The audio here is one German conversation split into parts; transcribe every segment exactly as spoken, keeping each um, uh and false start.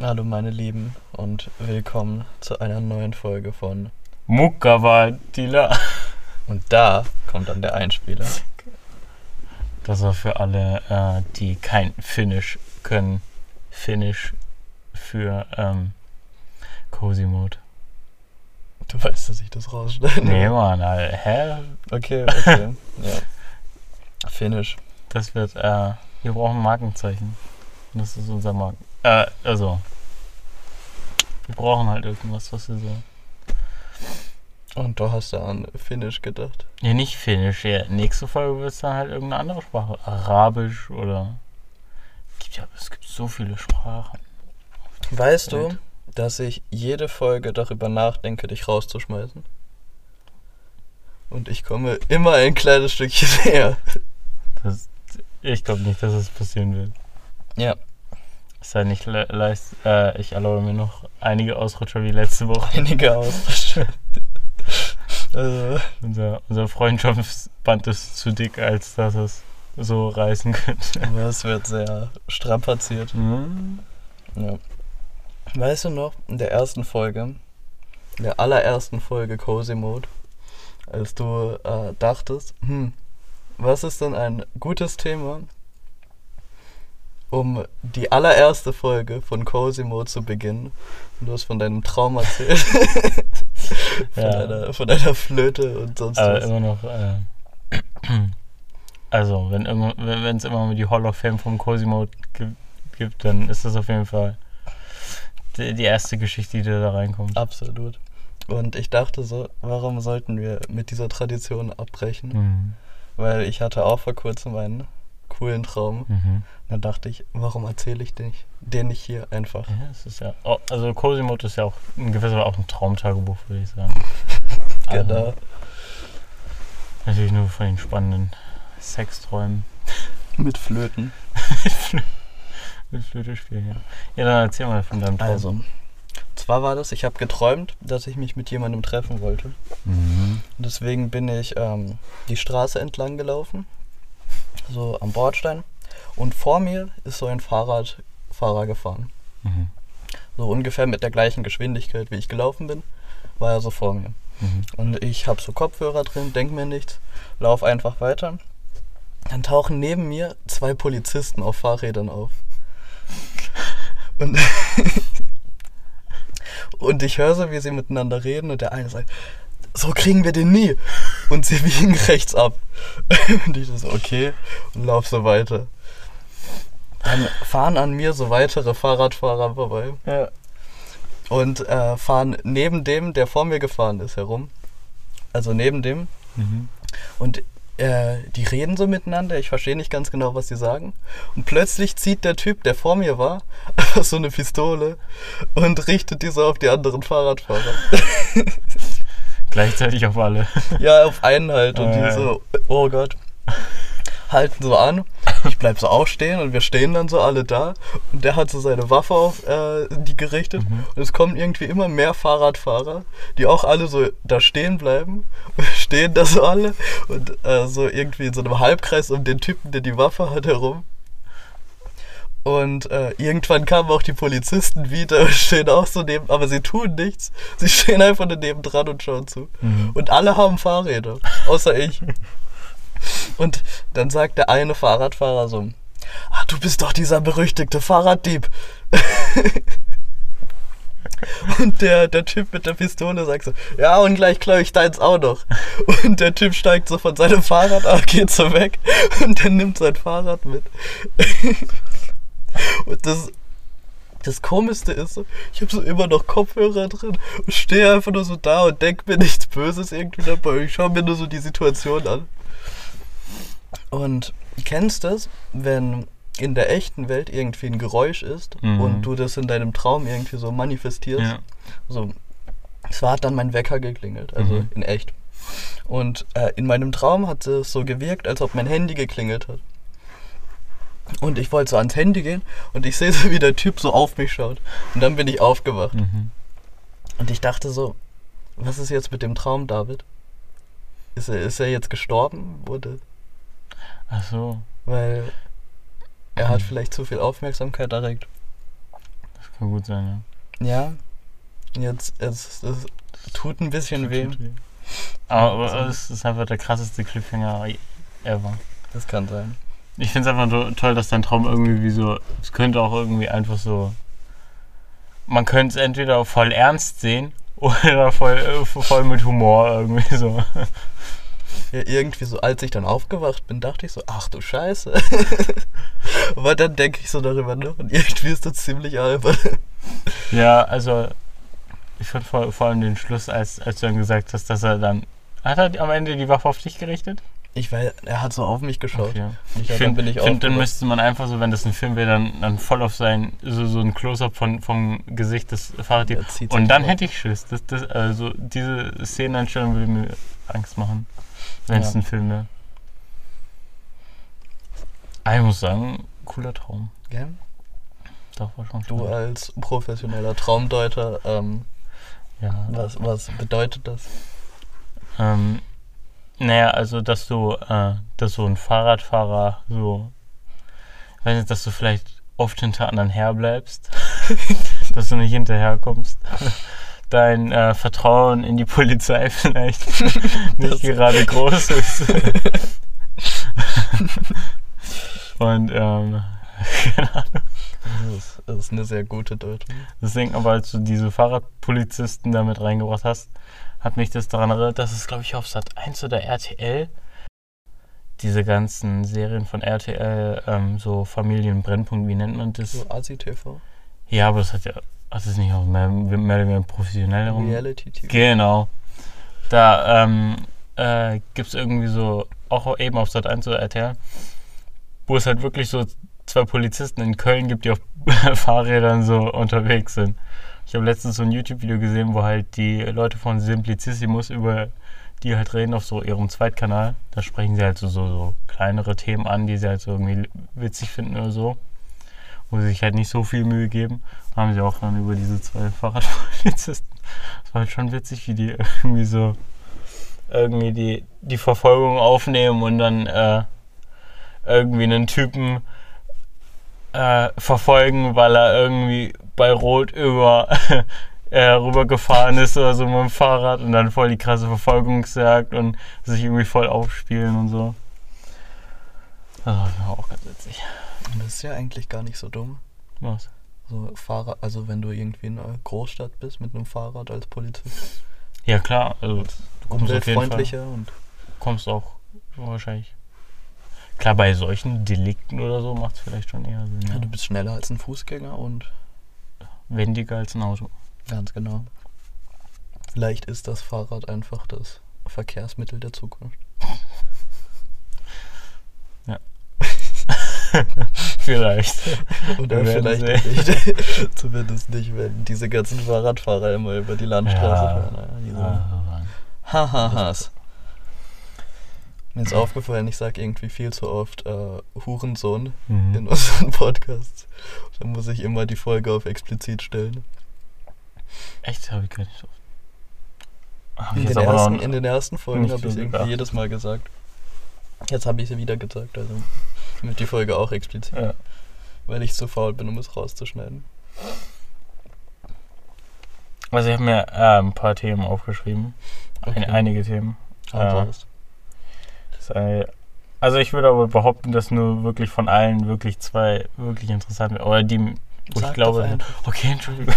Hallo meine Lieben und willkommen zu einer neuen Folge von Muckavadila. Und da kommt dann der Einspieler. Das war für alle, äh, die kein Finnisch können. Finnisch für ähm, Cozy Mode. Du weißt, dass ich das rausschneide. Nee, Mann, Alter. Hä? Okay, okay. Ja. Finnisch. Das wird, äh, wir brauchen ein Markenzeichen. Das ist unser Marken. Äh, also. Wir brauchen halt irgendwas, was wir so. Und du hast da an Finnisch gedacht. Nee, nicht Finnisch. Ja. Nächste Folge wird es dann halt irgendeine andere Sprache. Arabisch oder. Gibt ja, es gibt so viele Sprachen. Weißt du, dass ich jede Folge darüber nachdenke, dich rauszuschmeißen? Und ich komme immer ein kleines Stückchen näher. Das, ich glaube nicht, dass es passieren wird. Ja. Es sei nicht le- leist, äh, ich erlaube mir noch einige Ausrutscher wie letzte Woche. Einige Ausrutscher. Also. Unser, unser Freundschaftsband ist zu dick, als dass es so reißen könnte. Aber es wird sehr strapaziert. Mhm. Ja. Weißt du noch, in der ersten Folge, in der allerersten Folge Cozy Mode, als du äh, dachtest, hm, was ist denn ein gutes Thema, um die allererste Folge von Cozy Mode zu beginnen? Und du hast von deinem Traum erzählt. von, Ja. deiner, von deiner Flöte und sonst Aber was. immer noch, äh, also, wenn es wenn, immer mal die Hall of Fame vom Cozy Mode gi- gibt, dann ist das auf jeden Fall die, die erste Geschichte, die da reinkommt. Absolut. Und ich dachte so, warum sollten wir mit dieser Tradition abbrechen? Mhm. Weil ich hatte auch vor kurzem einen coolen Traum. Mhm. Dann dachte ich, warum erzähle ich den nicht, den nicht hier einfach? Ja, es ist ja, oh, also Cozy Mode ist ja auch in gewisser Weise auch ein Traumtagebuch, würde ich sagen. Genau. Also, natürlich nur von den spannenden Sexträumen. Mit Flöten. Mit Flöte spielen, ja. Ja, dann erzähl mal von deinem Traum. Also, zwar war das, ich habe geträumt, dass ich mich mit jemandem treffen wollte. Mhm. Und deswegen bin ich ähm, die Straße entlang gelaufen, so am Bordstein. Und vor mir ist so ein Fahrradfahrer gefahren. Mhm. So ungefähr mit der gleichen Geschwindigkeit, wie ich gelaufen bin, war er so vor mir. Mhm. Und ich habe so Kopfhörer drin, denk mir nichts, lauf einfach weiter. Dann tauchen neben mir zwei Polizisten auf Fahrrädern auf. Und, und ich höre so, wie sie miteinander reden und der eine sagt, so kriegen wir den nie. Und sie biegen rechts ab. Und ich so, okay, und lauf so weiter. Dann fahren an mir so weitere Fahrradfahrer vorbei. Ja. Und äh, fahren neben dem, der vor mir gefahren ist, herum. Also neben dem. Mhm. Und äh, die reden so miteinander. Ich verstehe nicht ganz genau, was sie sagen. Und plötzlich zieht der Typ, der vor mir war, einfach so eine Pistole und richtet die so auf die anderen Fahrradfahrer. Gleichzeitig auf alle. Ja, auf einen halt. Und Oh, die ja. so, oh Gott, halten so an. Ich bleib so auch stehen und wir stehen dann so alle da. Und der hat so seine Waffe auf äh, die gerichtet. Mhm. Und es kommen irgendwie immer mehr Fahrradfahrer, die auch alle so da stehen bleiben. Und stehen da so alle und äh, so irgendwie in so einem Halbkreis um den Typen, der die Waffe hat, herum. Und äh, irgendwann kamen auch die Polizisten wieder und stehen auch so neben, aber sie tun nichts. Sie stehen einfach nur nebendran und schauen zu. Mhm. Und alle haben Fahrräder, außer ich. Und dann sagt der eine Fahrradfahrer so, ah, du bist doch dieser berüchtigte Fahrraddieb. Und der, der Typ mit der Pistole sagt so, ja, und gleich klaue ich deins auch noch. Und der Typ steigt so von seinem Fahrrad ab, geht so weg und dann nimmt sein Fahrrad mit. Und das, das Komischste ist so, ich habe so immer noch Kopfhörer drin und stehe einfach nur so da und denke mir nichts Böses irgendwie dabei. Ich schaue mir nur so die Situation an. Und kennst du das, wenn in der echten Welt irgendwie ein Geräusch ist Mhm. und du das in deinem Traum irgendwie so manifestierst? Ja. So, zwar hat dann mein Wecker geklingelt, also Mhm. in echt. Und äh, in meinem Traum hat es so gewirkt, als ob mein Handy geklingelt hat. Und ich wollte so ans Handy gehen und ich sehe so, wie der Typ so auf mich schaut. Und dann bin ich aufgewacht. Mhm. Und ich dachte so, was ist jetzt mit dem Traum, David? Ist er, ist er jetzt gestorben? Oder? Ach so. Weil er hat Mhm. vielleicht zu viel Aufmerksamkeit erregt. Das kann gut sein, ja. Ja, jetzt, jetzt es tut ein bisschen weh. Aber, aber es ist einfach der krasseste Cliffhanger ever. Das kann sein. Ich finde es einfach to- toll, dass dein Traum irgendwie wie so, es könnte auch irgendwie einfach so, man könnte es entweder voll ernst sehen oder voll, äh, voll mit Humor irgendwie so. Ja, irgendwie so, als ich dann aufgewacht bin, dachte ich so, ach du Scheiße. Aber dann denke ich so darüber nach und irgendwie ist das ziemlich albern. Ja, also ich fand vor, vor allem den Schluss, als, als du dann gesagt hast, dass er dann, hat er am Ende die Waffe auf dich gerichtet? Ich weiß, er hat so auf mich geschaut. Okay. Ich, Ich finde, ich find, dann müsste man einfach so, wenn das ein Film wäre, dann, dann voll auf sein, so, so ein Close-Up von, vom Gesicht des Fahrraddiebs. Und dann hätte ich Schiss. Das, das, also diese Szeneneinstellung würde mir Angst machen, wenn es Ja. ein Film wäre. Aber ich muss sagen, cooler Traum. Ja? Doch, war schon Du spannend. als professioneller Traumdeuter, ähm, Ja. was, was bedeutet das? Ähm, naja, also dass du, äh, dass so ein Fahrradfahrer so, ich weiß nicht, dass du vielleicht oft hinter anderen herbleibst, dass du nicht hinterherkommst, dein äh, Vertrauen in die Polizei vielleicht nicht Das- gerade groß ist. Und ähm, keine Ahnung. Das ist, das ist eine sehr gute Deutung. Deswegen, aber als du diese Fahrradpolizisten da mit reingebracht hast, hat mich das daran erinnert, dass es, glaube ich, auf Sat eins oder R T L diese ganzen Serien von R T L, ähm, so Familienbrennpunkt, wie nennt man das? So Asi-T V. Ja, aber das hat ja, hat es nicht auch mehr, mehr oder weniger professionell herum? Reality-T V. Genau. Da ähm, äh, gibt es irgendwie so, auch eben auf Sat eins oder R T L, wo es halt wirklich so zwei Polizisten in Köln gibt, die auf Fahrrädern so unterwegs sind. Ich habe letztens so ein YouTube-Video gesehen, wo halt die Leute von Simplicissimus über die halt reden auf so ihrem Zweitkanal. Da sprechen sie halt so, so, so kleinere Themen an, die sie halt so irgendwie witzig finden oder so. Wo sie sich halt nicht so viel Mühe geben. Da haben sie auch dann über diese zwei Fahrradpolizisten. Das war halt schon witzig, wie die irgendwie so irgendwie die, die Verfolgung aufnehmen und dann äh, irgendwie einen Typen äh, verfolgen, weil er irgendwie bei Rot über äh, rübergefahren ist oder so mit dem Fahrrad und dann voll die krasse Verfolgungsjagd und sich irgendwie voll aufspielen und so. Das war auch ganz witzig. Das ist ja eigentlich gar nicht so dumm. Was? So Fahrrad, also wenn du irgendwie in einer Großstadt bist mit einem Fahrrad als Polizist. Ja klar, also du kommst auf jeden Fall, Umweltfreundlicher und kommst auch wahrscheinlich. Klar, bei solchen Delikten oder so macht es vielleicht schon eher Sinn. ja, Ja. du bist schneller als ein Fußgänger und Wendiger als ein Auto. ganz genau. Vielleicht ist das Fahrrad einfach das Verkehrsmittel der Zukunft. Vielleicht. Oder Wir werden vielleicht sehen. nicht. Zumindest nicht, wenn diese ganzen Fahrradfahrer immer über die Landstraße Ja. fahren. Ja, diese Ah, Hahahas. Mir ist aufgefallen, ich sage irgendwie viel zu oft äh, Hurensohn mhm. in unseren Podcasts. Da muss ich immer die Folge auf explizit stellen. Echt? Habe ich gar nicht so. Hab ich In jetzt den, aber ersten, noch in den ersten Folgen nicht habe so ich es irgendwie gedacht. jedes Mal gesagt. Jetzt habe ich sie wieder gesagt, also mit die Folge auch explizit. Ja. Weil ich zu faul bin, um es rauszuschneiden. Also ich habe mir äh, ein paar Themen aufgeschrieben. Okay. Ein, einige Themen. Hau Äh, raus. das sei, also ich würde aber behaupten, dass nur wirklich von allen wirklich zwei wirklich interessant sind. Oder die, wo Sag ich glaube. doch einfach. Okay, Entschuldigung.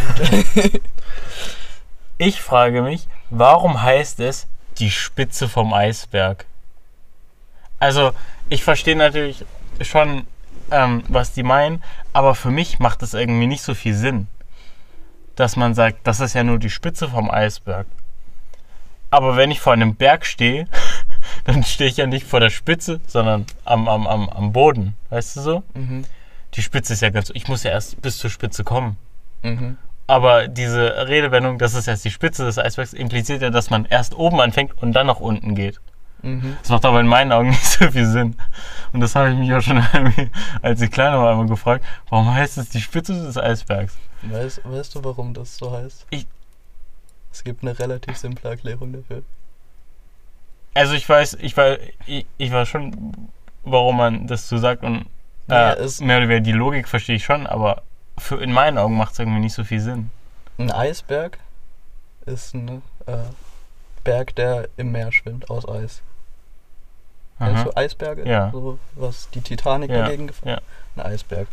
Ich frage mich, warum heißt es die Spitze vom Eisberg? Also, ich verstehe natürlich schon, ähm, was die meinen, aber für mich macht es irgendwie nicht so viel Sinn, dass man sagt, das ist ja nur die Spitze vom Eisberg. Aber wenn ich vor einem Berg stehe, dann stehe ich ja nicht vor der Spitze, sondern am, am, am, am Boden. Weißt du so? Mhm. Die Spitze ist ja ganz... Ich muss ja erst bis zur Spitze kommen. Mhm. Aber diese Redewendung, das ist jetzt die Spitze des Eisbergs, impliziert ja, dass man erst oben anfängt und dann nach unten geht. Mhm. Das macht aber in meinen Augen nicht so viel Sinn. Und das habe ich mich auch schon, als ich kleiner war, einmal gefragt, warum heißt es die Spitze des Eisbergs? Weißt, weißt du, warum das so heißt? Ich- Es gibt eine relativ simple Erklärung dafür. Also ich weiß, ich weiß, ich, ich weiß schon, warum man das so sagt und Ja, äh, es- mehr oder weniger die Logik verstehe ich schon, aber für, in meinen Augen macht es irgendwie nicht so viel Sinn. Ein Eisberg ist ein äh, Berg, der im Meer schwimmt, aus Eis. Kennst du Eisberge? Ja. So, was die Titanic Ja. dagegen gefahren Ja. Ein Eisberg.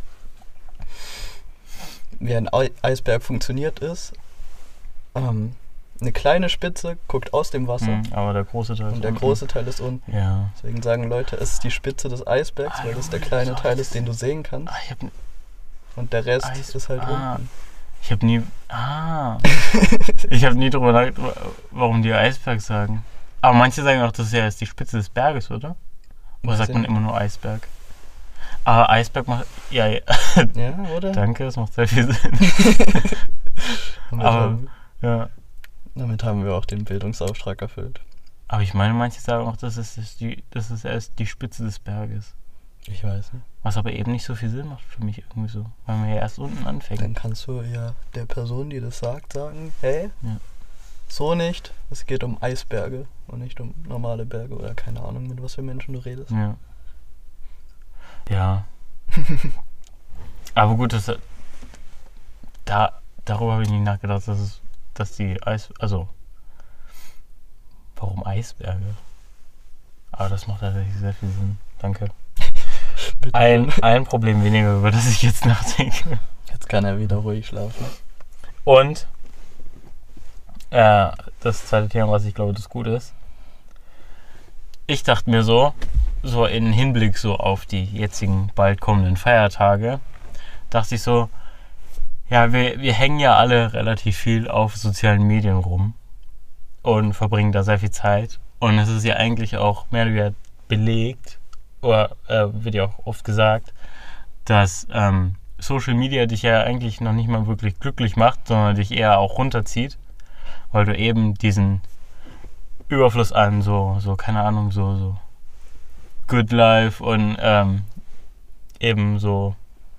Wie ein Ei- Eisberg funktioniert ist, ähm, eine kleine Spitze guckt aus dem Wasser Mhm, aber der große Teil ist und der unten. große Teil ist unten. Ja. Deswegen sagen Leute, es ist die Spitze des Eisbergs, weil das der kleine Teil ist, den du sehen kannst. Ah, ich hab, Und der Rest Eis- ist halt ah. unten. ich hab nie. Ah. ich hab nie drüber nachgedacht, warum die Eisberg sagen. Aber manche sagen auch, das ist ja jetzt die Spitze des Berges, oder? Oder Weiß sagt ich man nicht. immer nur Eisberg? Aber Eisberg macht. Ja, ja. Ja, oder? Danke, das macht sehr viel Sinn. Damit, Aber, haben, ja. damit haben wir auch den Bildungsauftrag erfüllt. Aber ich meine, manche sagen auch, das ist, das die, das ist erst die Spitze des Berges. Ich weiß nicht. Was aber eben nicht so viel Sinn macht für mich irgendwie so. Weil man ja erst unten anfängt. Dann kannst du ja der Person, die das sagt, sagen, hey, Ja. so nicht. Es geht um Eisberge und nicht um normale Berge oder keine Ahnung, mit was für Menschen du redest. Ja. Ja. Aber gut, das, da, darüber habe ich nicht nachgedacht, dass es, dass die Eis, also, warum Eisberge? Aber das macht tatsächlich sehr viel Sinn. Danke. Bitte Ein, schön. ein Problem weniger, über das ich jetzt nachdenke. Jetzt kann er wieder ruhig schlafen. Und äh, das zweite Thema, was ich glaube, das gut ist. Ich dachte mir so, so in Hinblick so auf die jetzigen bald kommenden Feiertage, dachte ich so, ja, wir, wir hängen ja alle relativ viel auf sozialen Medien rum und verbringen da sehr viel Zeit. Und es ist ja eigentlich auch mehr oder weniger belegt, oder äh, wird ja auch oft gesagt, dass ähm, Social Media dich ja eigentlich noch nicht mal wirklich glücklich macht, sondern dich eher auch runterzieht, weil du eben diesen Überfluss an so, so keine Ahnung, so, so Good Life und ähm, eben so,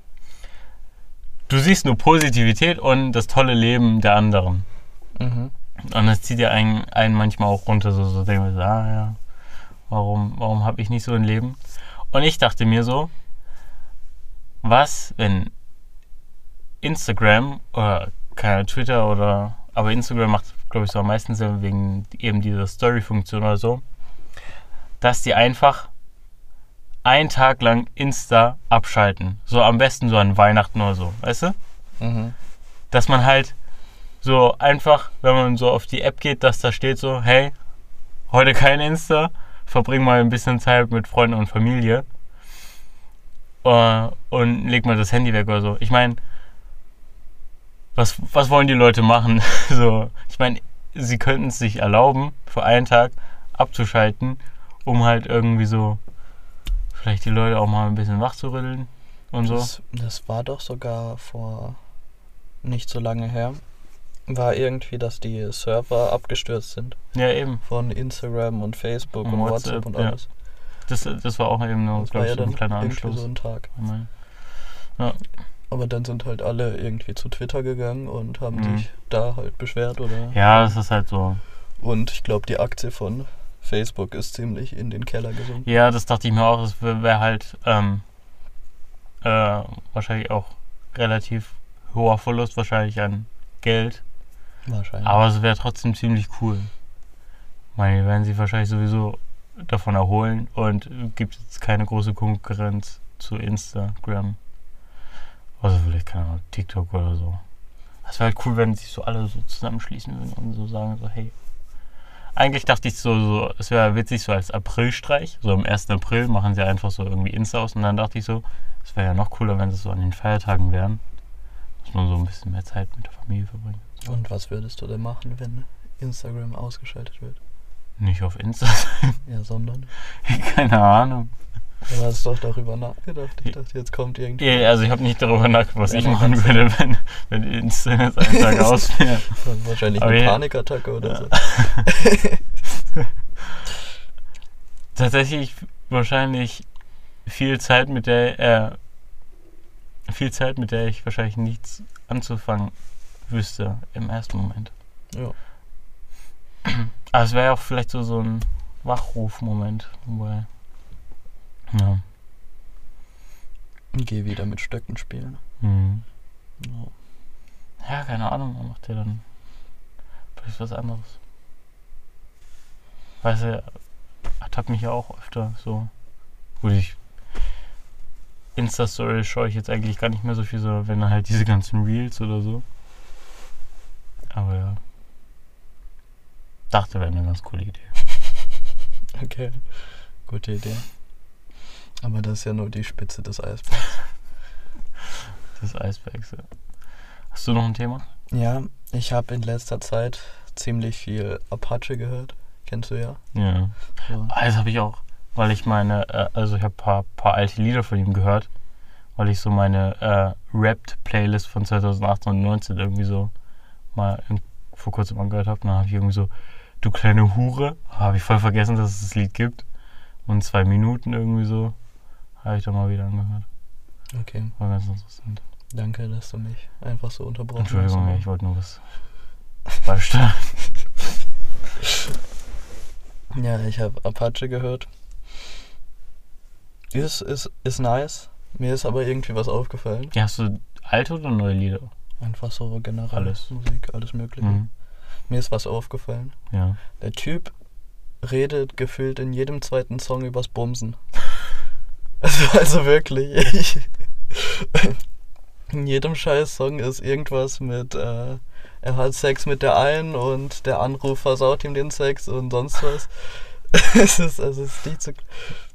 du siehst nur Positivität und das tolle Leben der anderen. Mhm. Und das zieht ja einen, einen manchmal auch runter, so, so denken wir so, ah ja, warum, warum habe ich nicht so ein Leben? Und ich dachte mir so, was, wenn Instagram oder keine Twitter oder, aber Instagram macht, glaube ich, so am meisten Sinn wegen eben dieser Story-Funktion oder so, dass die einfach einen Tag lang Insta abschalten. So am besten so an Weihnachten oder so, weißt du? Mhm. Dass man halt so einfach, wenn man so auf die App geht, dass da steht so, hey, heute kein Insta, verbring mal ein bisschen Zeit mit Freunden und Familie uh, und leg mal das Handy weg oder so. Ich meine, was, was wollen die Leute machen? so, ich meine, sie könnten es sich erlauben, für einen Tag abzuschalten, um halt irgendwie so vielleicht die Leute auch mal ein bisschen wach zu rütteln und so. Das, das war doch sogar vor nicht so lange her. War irgendwie, dass die Server abgestürzt sind. Ja, eben. Von Instagram und Facebook Und und, WhatsApp, WhatsApp und ja. alles. Das, das war auch eben nur, Das glaube war ich, ja so ein dann kleiner irgendwie Anschluss. so ein Tag. Ja. Aber dann sind halt alle irgendwie zu Twitter gegangen und haben Mhm. sich da halt beschwert oder. ja, das ist halt so. Und ich glaube, die Aktie von Facebook ist ziemlich in den Keller gesunken. Ja, das dachte ich mir auch. Das wäre wär halt ähm, äh, wahrscheinlich auch relativ hoher Verlust wahrscheinlich an Geld. Wahrscheinlich. Aber es wäre trotzdem ziemlich cool. Ich meine, die werden sich wahrscheinlich sowieso davon erholen und gibt jetzt keine große Konkurrenz zu Instagram. Also vielleicht, keine Ahnung, TikTok oder so. Das wäre halt cool, wenn sich so alle so zusammenschließen würden und so sagen so, hey. Eigentlich dachte ich so, so es wäre witzig so als Aprilstreich. So am ersten April machen sie einfach so irgendwie Insta aus. Und dann dachte ich so, es wäre ja noch cooler, wenn es so an den Feiertagen wären. Dass man so ein bisschen mehr Zeit mit der Familie verbringt. Und was würdest du denn machen, wenn Instagram ausgeschaltet wird? Nicht auf Insta. Ja, sondern? Keine Ahnung. Du hast doch darüber nachgedacht. Ich dachte, jetzt kommt irgendwie. Ja, also ich habe nicht darüber nachgedacht, was Ja, ich nee, machen kannst du würde, wenn, wenn Insta jetzt einen Tag aus wäre. Wahrscheinlich Aber eine ja. Panikattacke oder Ja. so. Tatsächlich wahrscheinlich viel Zeit, mit der äh, viel Zeit, mit der ich wahrscheinlich nichts anzufangen wüsste im ersten Moment. Ja. Aber es wäre ja auch vielleicht so, so ein Wachruf-Moment. Wobei. Ja. Geh wieder mit Stöcken spielen. Mhm. Ja, keine Ahnung, man macht ja dann vielleicht was anderes. Weißt du, ertappt mich ja auch öfter so. Gut, ich Insta-Story schaue ich jetzt eigentlich gar nicht mehr so viel, so wenn dann halt diese ganzen Reels oder so. Aber ja. Dachte, wäre eine ganz coole Idee. Okay, gute Idee. Aber das ist ja nur die Spitze des Eisbergs. Des Eisbergs, ja. Hast du noch ein Thema? Ja, ich habe in letzter Zeit ziemlich viel Apache gehört. Kennst du ja? Ja. So. Ah, das habe ich auch. Weil ich meine, äh, also ich habe ein paar, paar alte Lieder von ihm gehört. Weil ich so meine äh, Rapped-Playlist von zweitausendachtzehn und neunzehn irgendwie so mal in, vor kurzem angehört habe. Und dann habe ich irgendwie so, du kleine Hure, habe ich voll vergessen, dass es das Lied gibt. Und zwei Minuten irgendwie so, habe ich da mal wieder angehört. Okay, War ganz interessant. danke, dass du mich einfach so unterbrochen hast. Entschuldigung, ja, ich wollte nur was beisteuern. Ja, ich habe Apache gehört. Ist, ist, ist nice. Mir ist aber irgendwie was aufgefallen. Ja, hast du alte oder neue Lieder? Einfach so generell Alles. Musik, alles Mögliche. Mhm. Mir ist was aufgefallen. Ja. Der Typ redet gefühlt in jedem zweiten Song übers Bumsen. Also, also wirklich. Ich, in jedem scheiß Song ist irgendwas mit, äh, er hat Sex mit der einen und der Anruf versaut ihm den Sex und sonst was. Es ist, also es ist nicht so.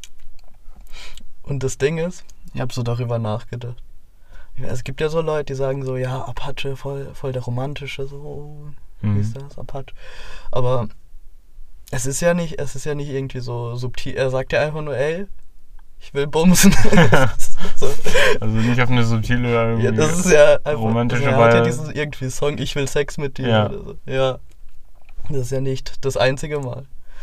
Und das Ding ist, ich habe so darüber nachgedacht. Es gibt ja so Leute, die sagen so, ja, Apache, voll, voll der romantische, so, wie Mhm. ist das, Apache. Aber es ist ja nicht, es ist ja nicht irgendwie so subtil. Er sagt ja einfach nur, ey, ich will bumsen. So. Also nicht auf eine subtile irgendwie Ja, das ist ja einfach, romantische er hat ja Weise. diesen irgendwie Song, ich will Sex mit dir. Ja. Oder so. Ja, das ist ja nicht das einzige Mal.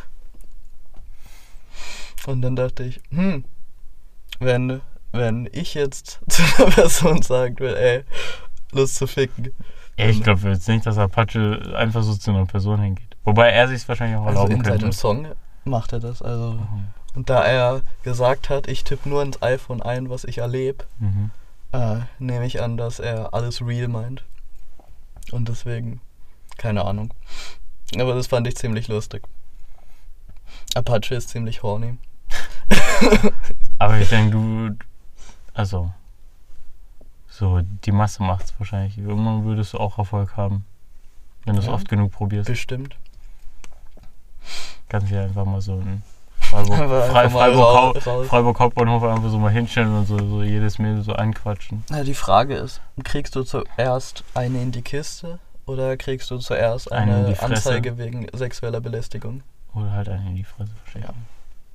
Und dann dachte ich, hm, wenn, wenn ich jetzt zu einer Person sagen will, ey, Lust zu ficken. Ja, ich glaube jetzt nicht, dass Apache einfach so zu einer Person hingeht. Wobei er sich wahrscheinlich auch Also erlauben in könnte. seinem Song macht er das. Also. Mhm. Und da er gesagt hat, ich tippe nur ins iPhone ein, was ich erlebe, Mhm. äh, nehme ich an, dass er alles real meint. Und deswegen, keine Ahnung. Aber das fand ich ziemlich lustig. Apache ist ziemlich horny. Aber ich denke, du, also, so die Masse macht es wahrscheinlich. Irgendwann würdest du auch Erfolg haben, wenn du es Ja. oft genug probierst. Bestimmt. Kannst du ja einfach mal so ein Freiburg, Aber Frei, einfach mal Freiburg, rau- Hau- raus. Freiburg Hauptbahnhof einfach so mal hinstellen und so, so jedes Mädel so einquatschen. Ja, die Frage ist, kriegst du zuerst eine in die Kiste oder kriegst du zuerst Eine in eine die Fresse. Anzeige wegen sexueller Belästigung? Oder halt einen in die Fresse verschicken. Ja.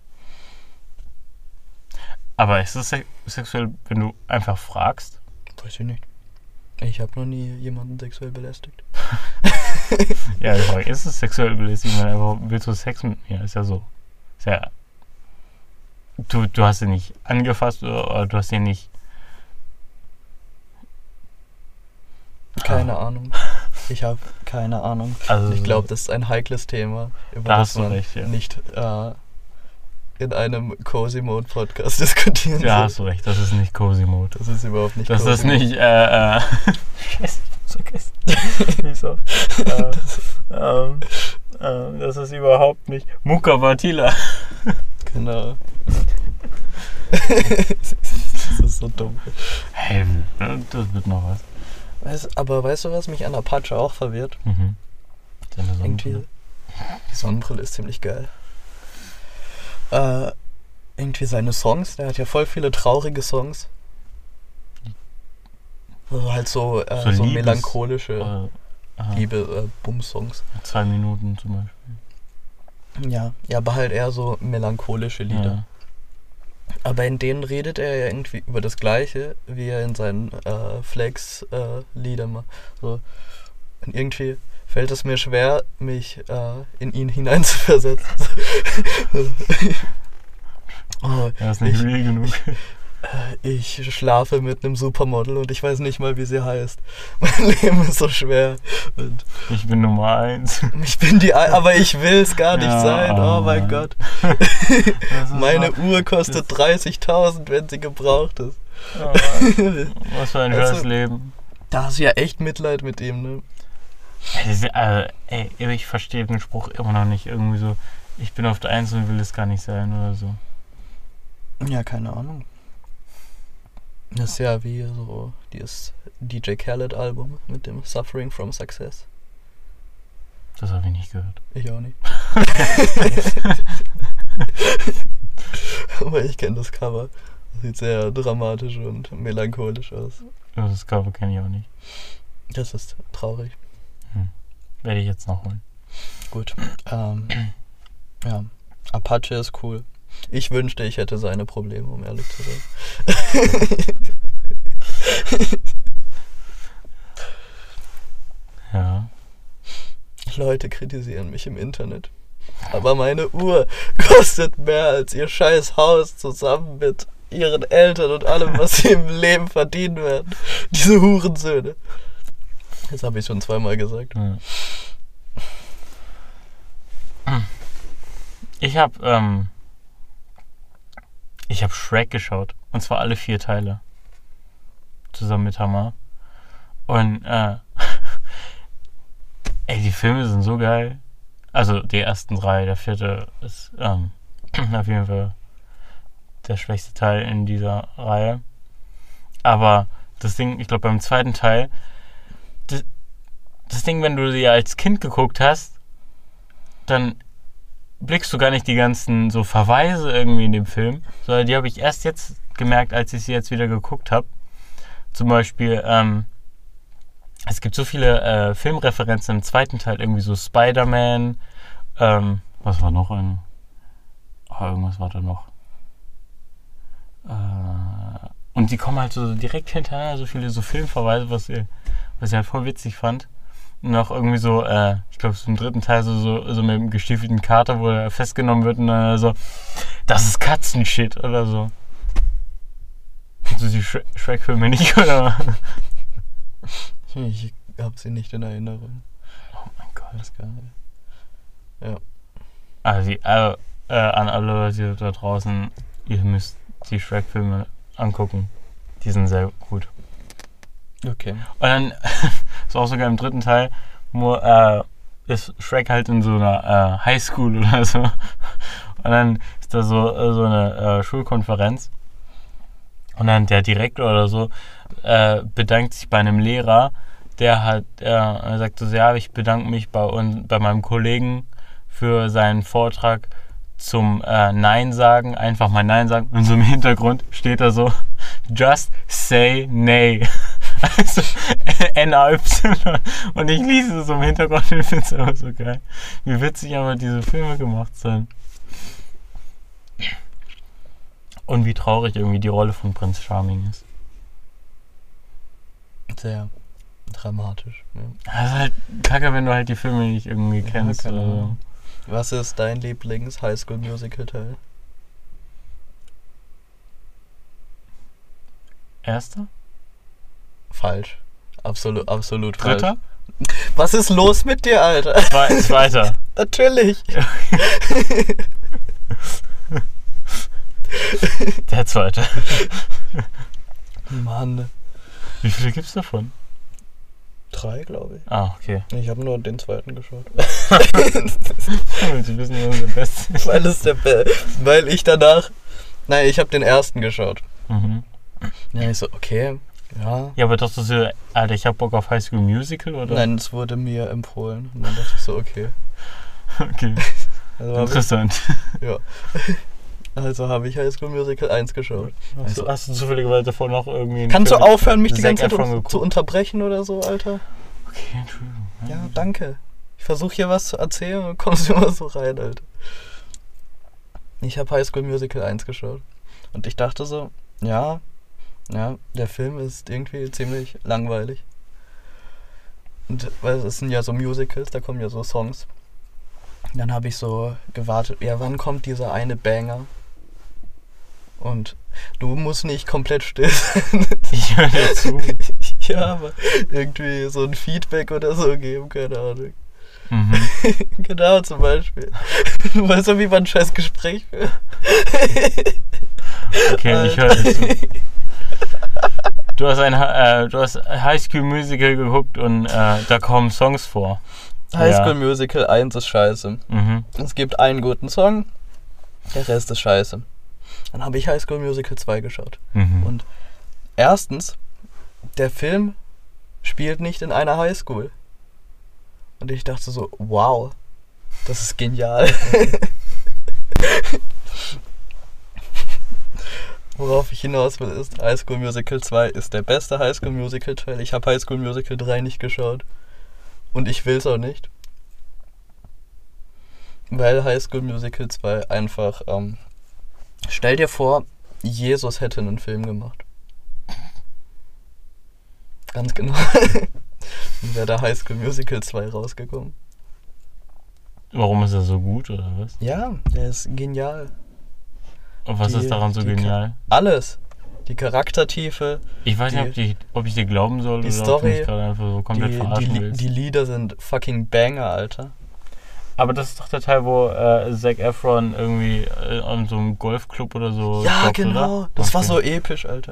Aber ist es se- sexuell, wenn du einfach fragst? Weiß ich nicht. Ich habe noch nie jemanden sexuell belästigt. Ja, ich frage, ist es sexuell belästigend, wenn einfach, willst du Sex mit mir? Ist ja so. Ist ja. Du, du hast ihn nicht angefasst oder, oder du hast ihn nicht. Keine Ahnung. Ich habe keine Ahnung. Also, Ich glaube, das ist ein heikles Thema, über Da das hast du man recht, ja. nicht äh, in einem Cozy Mode Podcast diskutieren Ja, soll. hast du recht, das ist nicht Cozy Mode. Das ist überhaupt nicht Das Cozy ist Mode. nicht, äh, äh. Scheiße, ich hab's vergessen. Nicht so. äh, ähm, ähm, das ist überhaupt nicht. Muka Batila. Genau. Das ist so dumm. Hey, das wird noch was. Weißt, aber weißt du, was mich an Apache auch verwirrt? Mhm. Seine Irgendwie, Sonnenbrille. die Sonnenbrille ist ziemlich geil. Äh, irgendwie seine Songs, der hat ja voll viele traurige Songs. Also halt so, äh, So so, Liebes- melancholische Äh, aha. Liebe, äh, Bum-Songs. Zwei Minuten zum Beispiel. Ja, ja, aber halt eher so melancholische Lieder. Ja. Aber in denen redet er ja irgendwie über das Gleiche, wie er in seinen äh, Flex-Lieder macht. So. Und irgendwie fällt es mir schwer, mich äh, in ihn hineinzuversetzen. Oh, Er ist nicht ich, real genug. ich schlafe mit einem Supermodel und ich weiß nicht mal, wie sie heißt. Mein Leben ist so schwer. Und Ich bin Nummer eins. ich bin die, Ei- aber ich will es gar nicht Ja, sein. Oh oh mein Mann. Gott. Das ist Meine doch- Uhr kostet dreißigtausend, wenn sie gebraucht ist. Oh, was für ein Also- schönes Leben. Da hast du ja echt Mitleid mit ihm, ne? Das ist, also, ey, ich verstehe den Spruch immer noch nicht. Irgendwie so, ich bin auf der Eins und will es gar nicht sein oder so. Ja, keine Ahnung. Das ist ja wie so dieses D J Khaled-Album mit dem Suffering from Success. Das habe ich nicht gehört. Ich auch nicht. Aber ich kenne das Cover. Das sieht sehr dramatisch und melancholisch aus. Das Cover kenne ich auch nicht. Das ist traurig. Hm. Werde ich jetzt noch holen. Gut. Ähm, ja. Apache ist cool. Ich wünschte, ich hätte seine Probleme, um ehrlich zu sein. Ja. Leute kritisieren mich im Internet. Aber meine Uhr kostet mehr als ihr scheiß Haus zusammen mit ihren Eltern und allem, was sie im Leben verdienen werden. Diese Hurensöhne. Das habe ich schon zweimal gesagt. Ja. Ich habe ähm, ich habe Shrek geschaut. Und zwar alle vier Teile. Zusammen mit Hammer. Und äh, ey, die Filme sind so geil. Also die ersten drei, der vierte ist ähm, auf jeden Fall der schwächste Teil in dieser Reihe. Aber das Ding, ich glaube beim zweiten Teil, das, das Ding, wenn du sie als Kind geguckt hast, dann blickst du gar nicht die ganzen so Verweise irgendwie in dem Film, sondern die habe ich erst jetzt gemerkt, als ich sie jetzt wieder geguckt habe. Zum Beispiel, ähm, es gibt so viele äh, Filmreferenzen im zweiten Teil, irgendwie so Spider-Man, ähm, was war noch ein, oh, irgendwas war da noch. Äh, und die kommen halt so direkt hinterher, so viele so Filmverweise, was ich, was ich halt voll witzig fand. Und auch irgendwie so, äh, ich glaube, so im dritten Teil so, so, so mit dem gestiefelten Kater, wo er festgenommen wird und dann so, das ist Katzenshit oder so. Also die Sh- Shrek-Filme nicht, oder? Ich habe sie nicht in Erinnerung. Oh mein Gott. Das ist geil. Ja. Also, die, äh, äh, an alle Leute da draußen, ihr müsst die Shrek-Filme angucken. Die sind sehr gut. Okay. Und dann ist auch sogar im dritten Teil, wo äh, ist Shrek halt in so einer äh, Highschool oder so. Und dann ist da so, äh, so eine äh, Schulkonferenz. Und dann der Direktor oder so äh, bedankt sich bei einem Lehrer, der hat, er sagt so, ja, ich bedanke mich bei, un, bei meinem Kollegen für seinen Vortrag zum äh, Nein sagen, einfach mal Nein sagen. Und so im Hintergrund steht da so, just say nay. Also N A Y. Und ich lese es so im Hintergrund und finde es aber so geil. Wie witzig aber diese Filme gemacht sind. Und wie traurig irgendwie die Rolle von Prinz Charming ist. Sehr dramatisch. Ja. Das ist halt kacke, wenn du halt die Filme nicht irgendwie Ja, kennst. keine Oder so. Ahnung. Was ist dein Lieblings-Highschool-Musical-Teil? Erster? Falsch. Absolut, absolut Dritter? falsch. Was ist los mit dir, Alter? Zwei, zweiter. Natürlich. Der zweite. Mann. Wie viele gibt's davon? Drei, glaube ich. Ah, okay. Ich habe nur den zweiten geschaut. Sie wissen, was der Beste ist. Weil es der Be weil ich danach. Nein, ich habe den ersten geschaut. Mhm. Ja, ich so, okay, ja. Ja, aber dachtest du, Alter, ich hab Bock auf High School Musical, oder? Nein, es wurde mir empfohlen. Und dann dachte ich so, okay. Okay. Also hab Interessant. ich, ja. Also habe ich High School Musical eins geschaut. Hast du, hast du zufälligerweise davor noch irgendwie... einen Kannst du Film mit aufhören, mich die Zac ganze Zeit Efron un geguckt? zu unterbrechen oder so, Alter? Okay, Entschuldigung. Ja, danke. Ich versuche hier was zu erzählen und kommst immer so rein, Alter. Ich habe High School Musical eins geschaut. Und ich dachte so, ja, ja, der Film ist irgendwie ziemlich langweilig. Und weil es sind ja so Musicals, da kommen ja so Songs. Dann habe ich so gewartet, ja, wann kommt dieser eine Banger? Und du musst nicht komplett still sein. Ich höre dir zu. Ja, aber irgendwie so ein Feedback oder so geben, keine Ahnung. Mhm. Genau, zum Beispiel. Du weißt doch, wie man ein scheiß Gespräch führt. Okay, ich höre dir zu. Du hast ein äh, du hast High School Musical geguckt und äh, da kommen Songs vor. High School Ja. Musical eins ist scheiße. Mhm. Es gibt einen guten Song, der Rest ist scheiße. Dann habe ich High School Musical zwei geschaut. Mhm. Und erstens, der Film spielt nicht in einer Highschool. Und ich dachte so, wow, das ist genial. Worauf ich hinaus will, ist, High School Musical zwei ist der beste High School Musical Teil. Ich habe High School Musical drei nicht geschaut. Und ich will es auch nicht. Weil High School Musical zwei einfach, ähm, stell dir vor, Jesus hätte einen Film gemacht. Ganz genau. Dann wäre da High School Musical zwei rausgekommen. Warum ist er so gut, oder was? Ja, der ist genial. Und was Die- ist daran so die genial? Alles. Die Charaktertiefe, Ich weiß nicht, ob, die, ob ich dir glauben soll die oder ob du Story, mich gerade einfach so komplett die, die, verarschen Li- willst. die Lieder sind fucking Banger, Alter. Aber das ist doch der Teil, wo äh, Zac Efron irgendwie äh, an so einem Golfclub oder so Ja, jobbt, genau. oder? Das war Okay. so episch, Alter.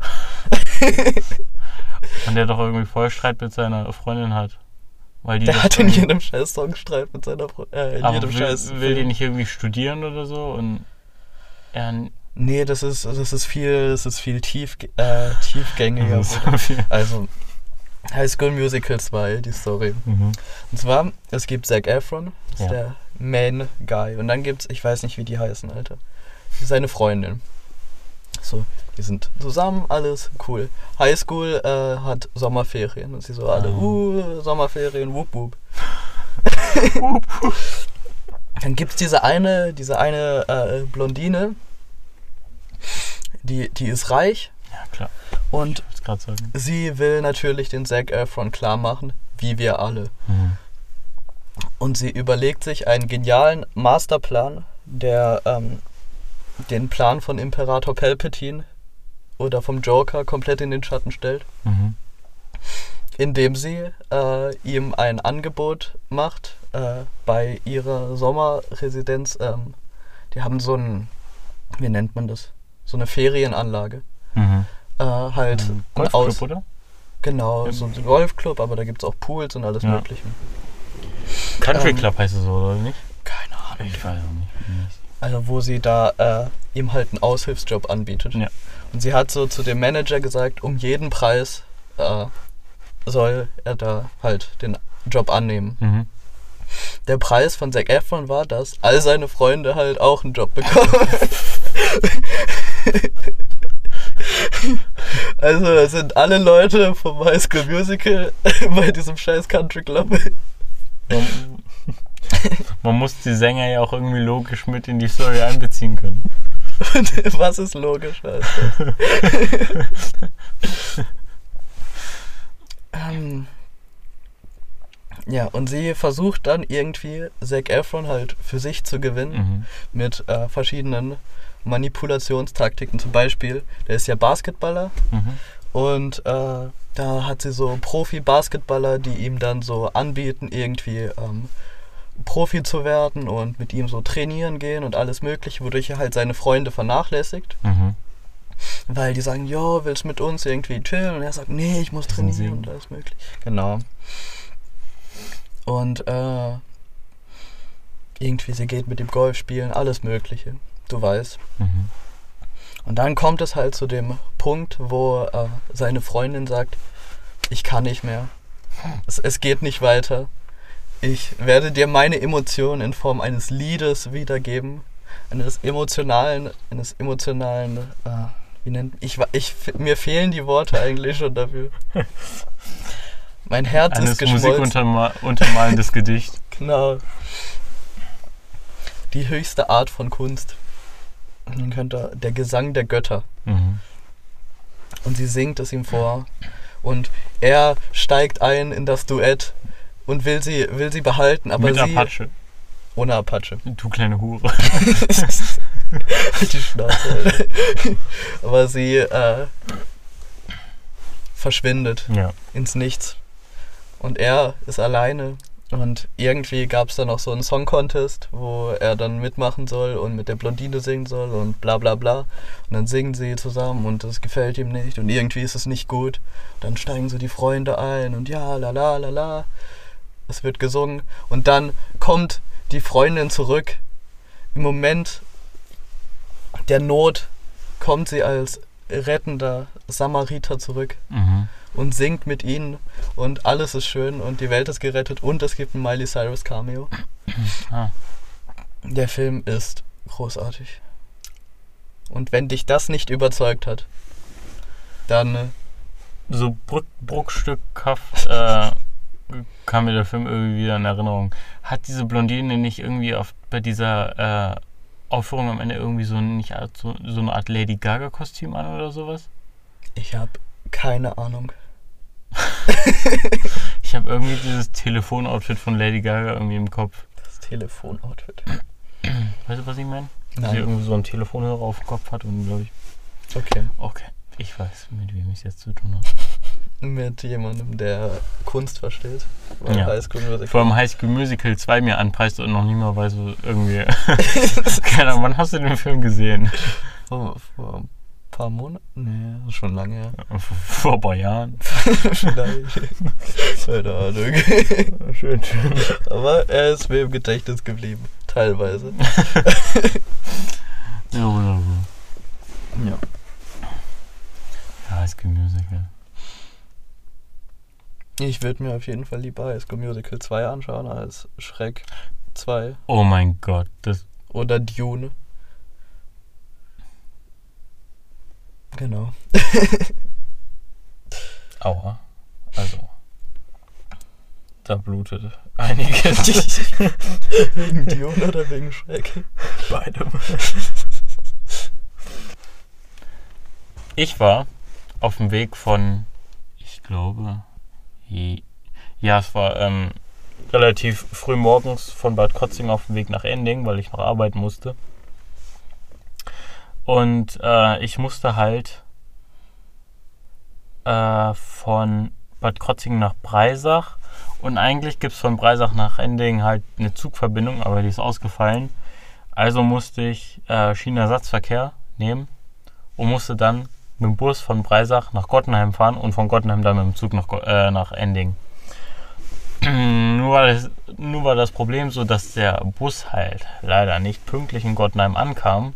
Und der doch irgendwie voll Streit mit seiner Freundin hat. Weil die Der doch hat in irgendwie- jedem scheiß Song Streit mit seiner Freundin. Äh, in aber jedem will, scheiß will die Film. nicht irgendwie studieren oder so? Und er n- Nee, das ist, das ist viel, das ist viel tief, äh, tiefgängiger. also so viel. Also, High School Musical zwei, die Story. Mhm. Und zwar, es gibt Zac Efron, das ist Ja. der Main Guy. Und dann gibt's, ich weiß nicht, wie die heißen, Alter. Seine Freundin. So, die sind zusammen, alles cool. High School äh, hat Sommerferien. Und sie so alle, Ah. uh, Sommerferien, wup wup. Dann gibt's diese eine, diese eine äh, Blondine, die, die ist reich Ja, klar. und Ich wollte gerade sagen. sie will natürlich den Zac Efron klar machen, wie wir alle. Mhm. Und sie überlegt sich einen genialen Masterplan, der ähm, den Plan von Imperator Palpatine oder vom Joker komplett in den Schatten stellt, Mhm. indem sie äh, ihm ein Angebot macht äh, bei ihrer Sommerresidenz. Ähm, die haben so ein, wie nennt man das? So eine Ferienanlage. Mhm. Äh, halt Ähm, ein Golfclub, Aus- oder? Genau, Ja. so ein Golfclub, aber da gibt es auch Pools und alles Ja. Mögliche. Country Ähm, Club heißt es so, oder nicht? Keine Ahnung. Ich weiß auch nicht. Also wo sie da äh, ihm halt einen Aushilfsjob anbietet. Ja. Und sie hat so zu dem Manager gesagt, um jeden Preis äh, soll er da halt den Job annehmen. Mhm. Der Preis von Zac Efron war, dass all seine Freunde halt auch einen Job bekommen. Also es sind alle Leute vom High School Musical bei diesem scheiß Country Club. Man, man muss die Sänger ja auch irgendwie logisch mit in die Story einbeziehen können. Und was ist logisch, heißt das? ähm, ja, und sie versucht dann irgendwie Zac Efron halt für sich zu gewinnen Mhm. mit äh, verschiedenen Manipulationstaktiken. Zum Beispiel, der ist ja Basketballer Mhm. und äh, da hat sie so Profi-Basketballer, die ihm dann so anbieten, irgendwie ähm, Profi zu werden und mit ihm so trainieren gehen und alles mögliche, wodurch er halt seine Freunde vernachlässigt. Mhm. Weil die sagen, jo, willst mit uns irgendwie chillen? Und er sagt, nee, ich muss Bisschen trainieren singen. und alles möglich. Genau. Und äh, irgendwie, sie geht mit ihm Golf spielen, alles mögliche. Du weißt. Mhm. Und dann kommt es halt zu dem Punkt, wo äh, seine Freundin sagt, ich kann nicht mehr. Es, es geht nicht weiter. Ich werde dir meine Emotionen in Form eines Liedes wiedergeben. Eines emotionalen, eines emotionalen, äh, wie nennt ich, ich mir fehlen die Worte eigentlich schon dafür. Mein Herz Eines ist geschmolzen. musikuntermalendes Gedicht. Genau. Die höchste Art von Kunst. Und dann könnte der Gesang der Götter. Mhm. Und sie singt es ihm vor. Und er steigt ein in das Duett und will sie, will sie behalten, aber Mit sie... Apache. Ohne Apache. Du kleine Hure. Die Schnauze. Aber sie äh, verschwindet Ja. ins Nichts. Und er ist alleine Und irgendwie gab es dann auch so einen Song-Contest, wo er dann mitmachen soll und mit der Blondine singen soll und bla bla bla. Und dann singen sie zusammen und das gefällt ihm nicht und irgendwie ist es nicht gut. Dann steigen so die Freunde ein und ja, la la la la. Es wird gesungen und dann kommt die Freundin zurück. Im Moment der Not kommt sie als rettender Samariter zurück. Mhm. Und singt mit ihnen und alles ist schön und die Welt ist gerettet und es gibt ein Miley Cyrus Cameo. Ah. Der Film ist großartig. Und wenn dich das nicht überzeugt hat, dann... Äh, so bruch, bruchstückhaft äh, kam mir der Film irgendwie wieder in Erinnerung. Hat diese Blondine nicht irgendwie auf, bei dieser äh, Aufführung am Ende irgendwie so, nicht, so, so eine Art Lady Gaga Kostüm an oder sowas? Ich habe keine Ahnung. Ich habe irgendwie dieses Telefonoutfit von Lady Gaga irgendwie im Kopf. Das Telefonoutfit. Weißt du, was ich meine? Nein. Sie irgendwie so einen Telefonhörer auf dem Kopf hat und glaube ich... Okay. Okay, ich weiß, mit wem ich es jetzt zu tun habe. Mit jemandem, der Kunst versteht. Weil Ja. High School Musical. Vor allem High School Musical zwei mir anpreist und noch nie mal weiß, so irgendwie... Keine Ahnung, wann hast du den Film gesehen? Vor, vor ein paar Monaten? Nee, das ist schon lange her. Vor ein paar Jahren. Vielleicht. Keine Ahnung. Schön, schön. Aber er ist mir im Gedächtnis geblieben. Teilweise. Ja, wunderbar. Ja. Ja, High School Musical. Ich würde mir auf jeden Fall lieber High School Musical zwei anschauen als Shrek zwei Oh mein Gott, das... oder Dune. Genau. Aua. Also... Da blutet einiges. Wegen Dune oder wegen Shrek? Beidem. Ich war auf dem Weg von, ich glaube, je, ja, es war ähm, relativ früh morgens von Bad Krotzing auf dem Weg nach Ending, weil ich noch arbeiten musste. Und äh, ich musste halt äh, von Bad Krotzing nach Breisach. Und eigentlich gibt es von Breisach nach Ending halt eine Zugverbindung, aber die ist ausgefallen. Also musste ich äh, Schienenersatzverkehr nehmen und musste dann mit dem Bus von Breisach nach Gottenheim fahren und von Gottenheim dann mit dem Zug nach, äh, nach Ending. nur, war das, nur war das Problem so, dass der Bus halt leider nicht pünktlich in Gottenheim ankam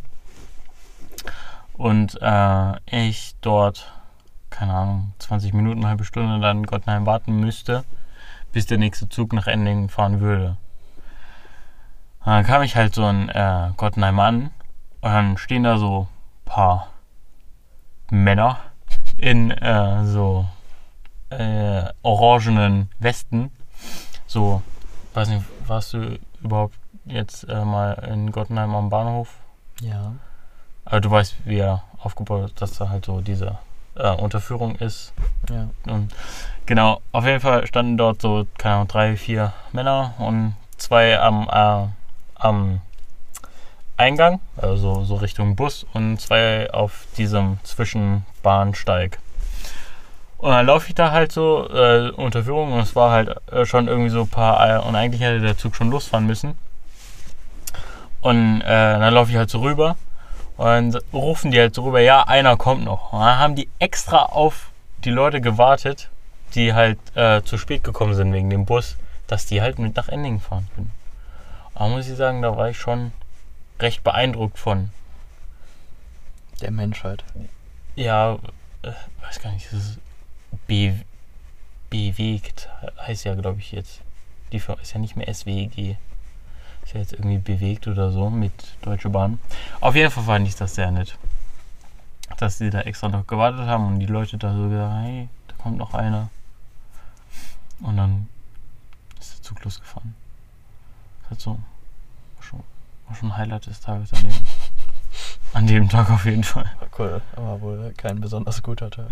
und äh, ich dort, keine Ahnung, zwanzig Minuten, eine halbe Stunde dann in Gottenheim warten müsste, bis der nächste Zug nach Ending fahren würde. Und dann kam ich halt so in äh, Gottenheim an und dann stehen da so ein paar Männer in äh, so äh, orangenen Westen. So, weiß nicht, warst du überhaupt jetzt äh, mal in Gottenheim am Bahnhof? Ja. Aber du weißt, wie er aufgebaut ist, dass da halt so diese äh, Unterführung ist. Ja. Und genau, auf jeden Fall standen dort so, keine Ahnung, drei, vier Männer und zwei am, äh, am Eingang, also so Richtung Bus, und zwei auf diesem Zwischenbahnsteig. Und dann laufe ich da halt so, äh, Unterführung, und es war halt äh, schon irgendwie so ein paar, äh, und eigentlich hätte der Zug schon losfahren müssen. Und äh, dann laufe ich halt so rüber und dann rufen die halt so rüber, ja, einer kommt noch. Und dann haben die extra auf die Leute gewartet, die halt äh, zu spät gekommen sind wegen dem Bus, dass die halt mit nach Ending fahren können. Aber muss ich sagen, da war ich schon recht beeindruckt von. Der Menschheit. Ja, äh, weiß gar nicht, das ist be bewegt, heißt ja, glaube ich, jetzt. Die Firma ist ja nicht mehr S W G. Ist ja jetzt irgendwie bewegt oder so mit Deutsche Bahn. Auf jeden Fall fand ich das sehr nett, dass sie da extra noch gewartet haben und die Leute da so gesagt, hey, da kommt noch einer. Und dann ist der Zug losgefahren. Das hat so, war schon, war schon ein Highlight des Tages an dem, an dem Tag auf jeden Fall. Cool, aber wohl kein besonders guter Tag.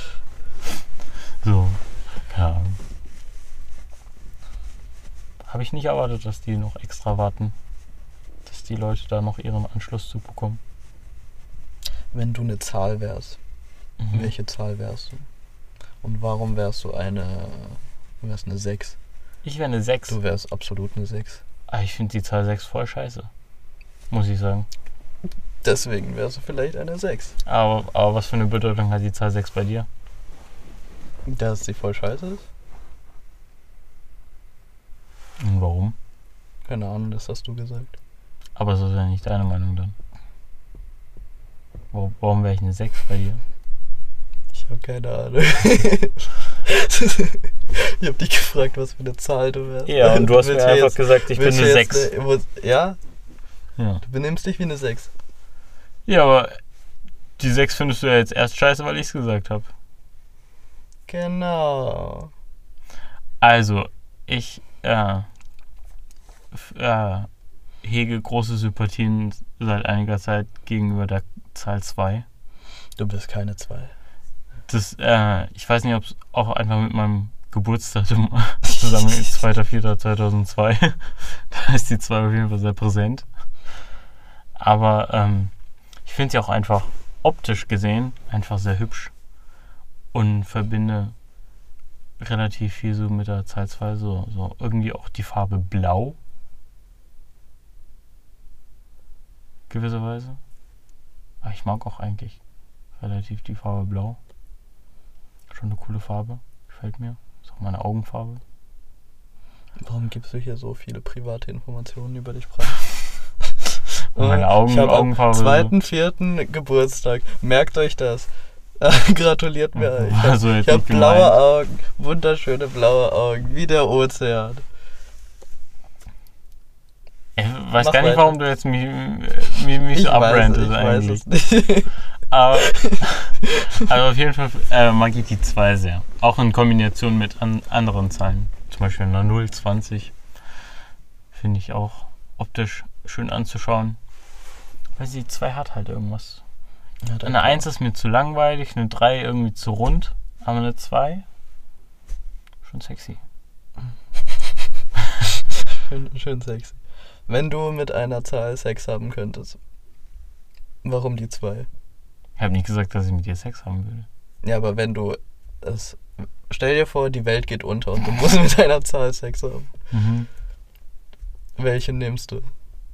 So, ja. Habe ich nicht erwartet, dass die noch extra warten, dass die Leute da noch ihren Anschlusszug bekommen. Wenn du eine Zahl wärst, Mhm. welche Zahl wärst du? Und warum wärst du eine, wärst eine sechs? Ich wäre eine sechs. Du wärst absolut eine sechs. Aber ich finde die Zahl sechs voll scheiße. Muss ich sagen. Deswegen wärst du vielleicht eine sechs. Aber, aber was für eine Bedeutung hat die Zahl sechs bei dir? Dass sie voll scheiße ist? Und warum? Keine Ahnung, das hast du gesagt. Aber das ist ja nicht deine Meinung dann. Wo, warum wäre ich eine sechs bei dir? Ich habe keine Ahnung. Ich habe dich gefragt, was für eine Zahl du wärst. Ja, und du hast mir Willst einfach jetzt- gesagt, ich bin willst eine du sechs. jetzt eine Emo- ja, Ja. du benimmst dich wie eine sechs. ja, aber die sechs findest du ja jetzt erst scheiße, weil ich es gesagt habe. Genau. Also, ich äh, f- äh, hege große Sympathien seit einiger Zeit gegenüber der Zahl zwei. Du bist keine zwei. Das, äh, ich weiß nicht, ob es auch einfach mit meinem Geburtsdatum zusammenhängt, zweiter vierter zweitausendzwei. Da ist die zwei auf jeden Fall sehr präsent. Aber ähm, ich finde sie auch einfach optisch gesehen einfach sehr hübsch und verbinde relativ viel so mit der Zahl zwei, so, so irgendwie auch die Farbe Blau. Gewisserweise. Aber ich mag auch eigentlich relativ die Farbe Blau. Schon eine coole Farbe. Gefällt mir. Ist auch meine Augenfarbe. Warum gibst du hier so viele private Informationen über dich preis? Und meine Augen, ich habe am Augenfarbe. zweiten vierten Geburtstag. Merkt euch das. Gratuliert mir. Ich habe Also jetzt hab nicht blaue gemeint. Augen. Wunderschöne blaue Augen. Wie der Ozean. Ich weiß Mach gar nicht, weiter. warum du jetzt mich, mich, mich Ich so weiß, abrantest ich weiß eigentlich. es nicht. Aber also auf jeden Fall äh, mag ich die zwei sehr. Auch in Kombination mit an, anderen Zahlen. Zum Beispiel eine null, zwanzig. Finde ich auch optisch schön anzuschauen. Weil die zwei hat halt irgendwas. Ja, dann- Eine eins ist mir zu langweilig, eine drei irgendwie zu rund, aber eine zwei schon sexy. Schön, schön sexy. Wenn du mit einer Zahl Sex haben könntest, warum die zwei? Ich habe nicht gesagt, dass ich mit dir Sex haben würde. Ja, aber wenn du es. Stell dir vor, die Welt geht unter und du musst mit einer Zahl Sex haben. Mhm. Welche nimmst du?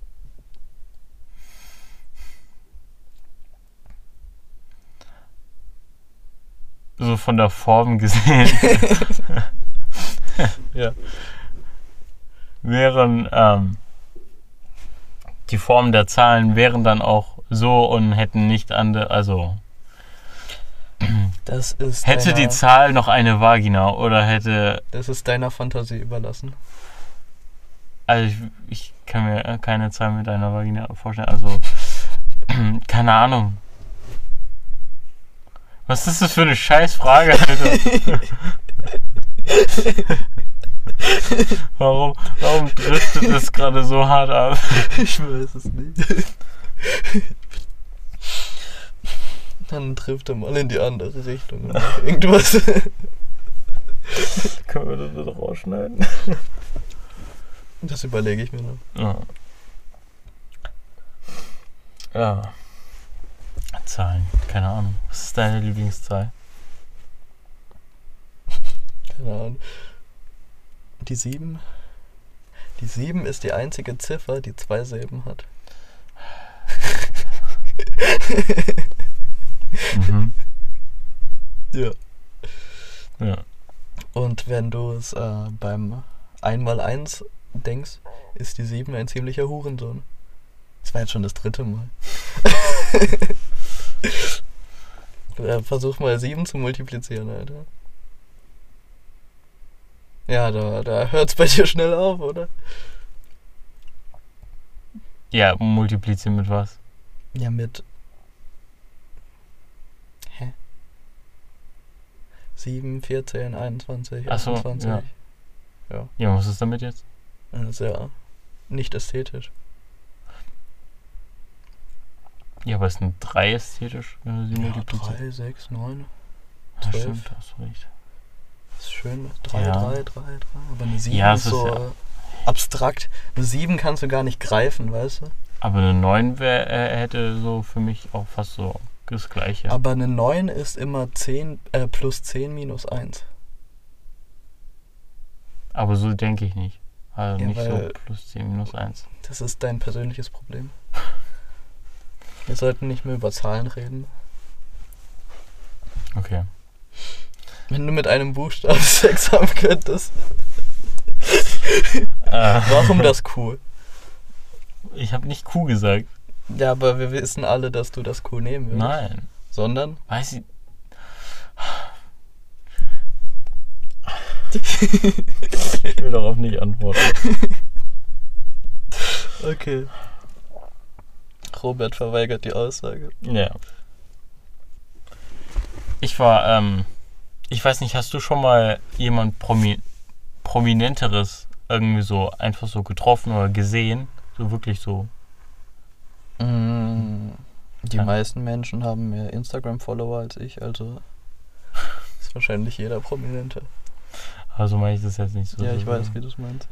So von der Form gesehen Ja. wären ähm, die Formen der Zahlen wären dann auch so und hätten nicht andere, also Das ist hätte deiner, die Zahl noch eine Vagina oder hätte, Das ist deiner Fantasie überlassen. also ich, ich kann mir keine Zahl mit einer Vagina vorstellen, also keine Ahnung. Was ist das für eine Scheißfrage, Alter? warum, warum driftet das gerade so hart ab? Ich weiß es nicht. Dann trifft er mal in die andere Richtung und macht irgendwas. Können wir das bitte rausschneiden? Das überlege ich mir noch. Ja. Ja. Zahlen, keine Ahnung. Was ist deine Lieblingszahl? Keine Ahnung. Die sieben. Die sieben ist die einzige Ziffer, die zwei Silben hat. Mhm. Ja. Ja. Und wenn du es äh, beim eins mal eins denkst, ist die sieben ein ziemlicher Hurensohn. Das war jetzt schon das dritte Mal. Ja, versuch mal sieben zu multiplizieren, Alter. Ja, da, da hört's bei dir schnell auf, oder? Ja, multiplizieren mit was? Ja, mit... Hä? sieben, vierzehn, einundzwanzig, Ach so, achtundzwanzig. ja. Ja, was ist damit jetzt? Das ist ja nicht ästhetisch. Ja, aber ist eine drei ästhetisch, wenn du sie Ja, multiplizierst? drei, sechs, neun. Ja, zwölf. stimmt, hast du recht. Das ist schön. drei, Ja. drei, drei, drei. Aber eine sieben Ja, ist es ist so ja- abstrakt. Eine sieben kannst du gar nicht greifen, weißt du? Aber eine neun wär, äh, hätte so für mich auch fast so das Gleiche. Aber eine neun ist immer zehn, äh, plus zehn minus eins. Aber so denke ich nicht. Also Ja, nicht so weil- plus zehn minus eins. Das ist dein persönliches Problem. Wir sollten nicht mehr über Zahlen reden. Okay. Wenn du mit einem Buchstaben Sex haben könntest. Äh, Warum das Q? Ich habe nicht Kuh gesagt. Ja, aber wir wissen alle, dass du das Q nehmen würdest. Nein. Sondern? Weiß ich. Ich will darauf nicht antworten. Okay. Robert verweigert die Aussage. Ja. Ich war, ähm, ich weiß nicht, hast du schon mal jemand Promi Prominenteres irgendwie so einfach so getroffen oder gesehen? So wirklich so. Mm, Die Ja. meisten Menschen haben mehr Instagram-Follower als ich, also ist wahrscheinlich jeder Prominente. Also meine ich das jetzt nicht so. Ja, ich so, weiß, wie du es meinst.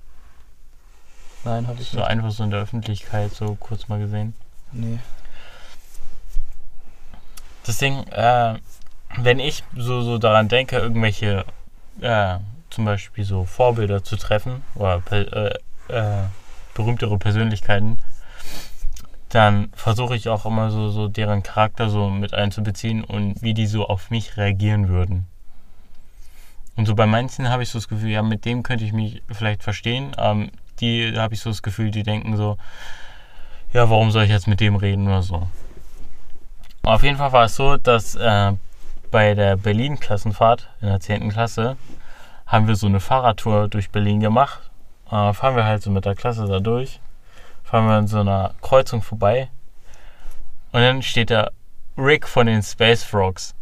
Nein, habe ich So nicht. einfach so in der Öffentlichkeit so kurz mal gesehen. Nee. Deswegen, äh, wenn ich so, so daran denke, irgendwelche, äh, zum Beispiel so Vorbilder zu treffen oder äh, äh, berühmtere Persönlichkeiten, dann versuche ich auch immer so, so deren Charakter so mit einzubeziehen und wie die so auf mich reagieren würden. Und so bei manchen habe ich so das Gefühl, ja, mit dem könnte ich mich vielleicht verstehen. Ähm, die habe ich so das Gefühl, die denken so, ja, warum soll ich jetzt mit dem reden oder so. Auf jeden Fall war es so, dass äh, bei der Berlin-Klassenfahrt in der zehnten Klasse haben wir so eine Fahrradtour durch Berlin gemacht. Äh, fahren wir halt so mit der Klasse da durch. Fahren wir an so einer Kreuzung vorbei. Und dann steht da Rick von den Space Frogs.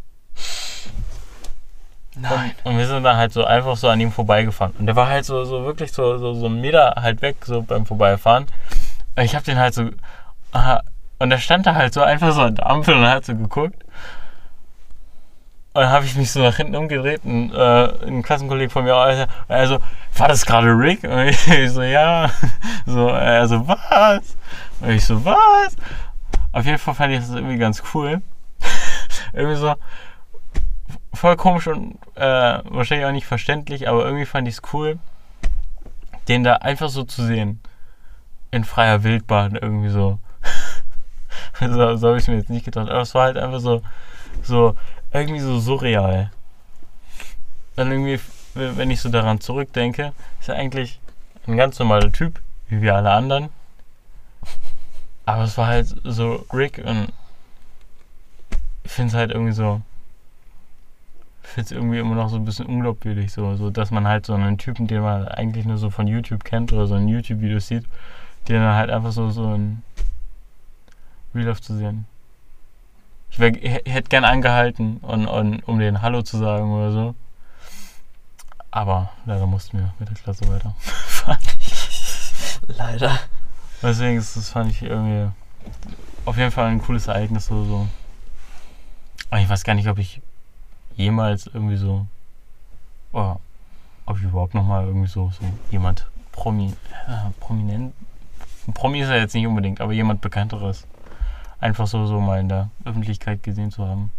Nein. Und, und wir sind dann halt so einfach so an ihm vorbeigefahren. Und der war halt so, so wirklich so, so, so einen Meter halt weg, so beim Vorbeifahren. Und ich hab den halt so. Aha, und der stand da halt so einfach so an der Ampel und hat so geguckt. Und dann habe ich mich so nach hinten umgedreht und äh, ein Klassenkollege von mir, Alter, also, war das gerade Rick? Und ich, ich so, ja. So, er so, was? Und ich so, was? Auf jeden Fall fand ich das irgendwie ganz cool. Irgendwie so voll komisch und äh, wahrscheinlich auch nicht verständlich, aber irgendwie fand ich es cool, den da einfach so zu sehen. In freier Wildbahn irgendwie so. so so habe ich mir jetzt nicht gedacht. Aber es war halt einfach so, so irgendwie so surreal. Dann irgendwie, wenn ich so daran zurückdenke, ist er eigentlich ein ganz normaler Typ, wie wir alle anderen. Aber es war halt so Rick und ich finde es halt irgendwie so, ich finde es irgendwie immer noch so ein bisschen unglaubwürdig, so, so, dass man halt so einen Typen, den man eigentlich nur so von YouTube kennt oder so in YouTube-Videos sieht, den dann halt einfach so, so in Real Life zu sehen. Ich, wär, ich hätte gern angehalten, und, und, um den Hallo zu sagen oder so. Aber leider mussten wir mit der Klasse weiterfahren. Leider. Deswegen ist das, fand ich irgendwie auf jeden Fall ein cooles Ereignis. So, so. Aber ich weiß gar nicht, ob ich jemals irgendwie so, oder ob ich überhaupt nochmal irgendwie so, so jemand Promi, äh, prominent, ein Promi ist er jetzt nicht unbedingt, aber jemand Bekannteres einfach so, so mal in der Öffentlichkeit gesehen zu haben.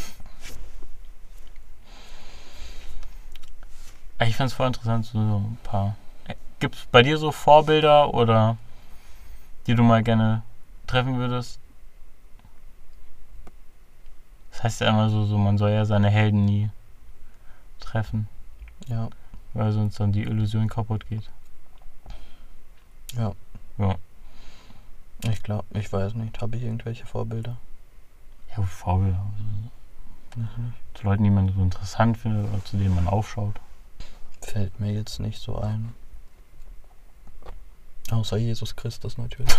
Ich fand es voll interessant, so, so ein paar. Gibt es bei dir so Vorbilder oder die du mal gerne treffen würdest? Das heißt ja immer so, so, man soll ja seine Helden nie treffen, Ja. weil sonst dann die Illusion kaputt geht. Ja. Ja. Ich glaube, ich weiß nicht. Habe ich irgendwelche Vorbilder? Ja, Vorbilder. Also, Weiß nicht. zu Leuten, die man so interessant findet oder zu denen man aufschaut. Fällt mir jetzt nicht so ein. Außer Jesus Christus natürlich.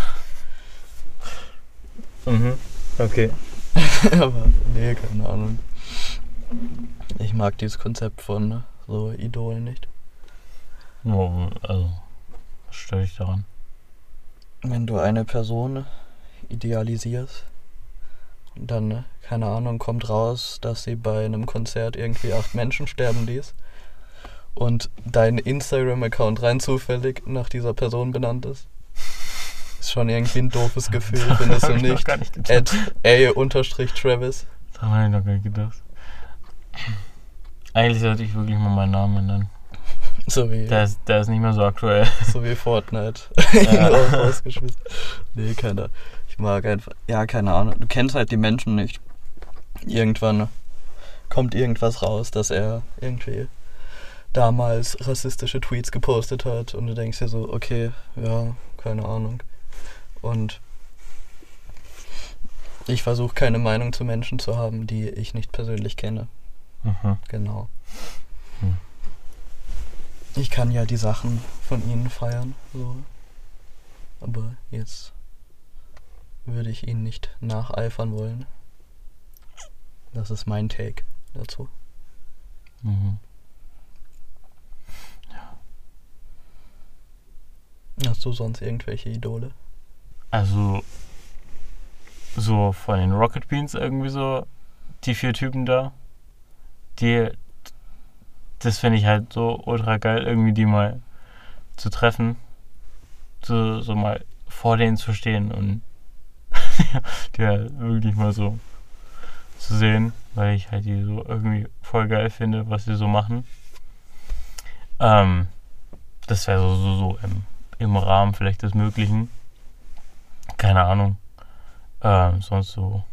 Mhm. Okay. Aber nee, keine Ahnung. Ich mag dieses Konzept von so Idolen nicht. Oh, also, was stört dich daran? Wenn du eine Person idealisierst und dann, keine Ahnung, kommt raus, dass sie bei einem Konzert irgendwie acht Menschen sterben ließ und dein Instagram-Account rein zufällig nach dieser Person benannt ist, ist schon irgendwie ein doofes Gefühl, findest du Hab ich noch nicht? gar nicht gedacht. At a unterstrich Travis. Das habe ich noch gar nicht gedacht. Eigentlich sollte ich wirklich mal meinen Namen ändern. So wie, Der ist, der ist nicht mehr so aktuell. so wie Fortnite. Ja. Auch rausgeschmissen. Nee, keiner. Ich mag einfach. Ja, keine Ahnung. Du kennst halt die Menschen nicht. Irgendwann kommt irgendwas raus, dass er irgendwie damals rassistische Tweets gepostet hat und du denkst dir so, okay, ja, keine Ahnung. Und ich versuche keine Meinung zu Menschen zu haben, die ich nicht persönlich kenne. Mhm. Genau. Hm. Ich kann ja die Sachen von ihnen feiern, so. Aber jetzt würde ich ihnen nicht nacheifern wollen. Das ist mein Take dazu. Mhm. Hast du sonst irgendwelche Idole? Also, so von den Rocket Beans irgendwie so, die vier Typen da, die, das finde ich halt so ultra geil, irgendwie die mal zu treffen, so, so mal vor denen zu stehen und die halt wirklich mal so zu sehen, weil ich halt die so irgendwie voll geil finde, was sie so machen. Ähm, das wäre so, so, so im, im Rahmen vielleicht des Möglichen. Keine Ahnung. Ähm, sonst so.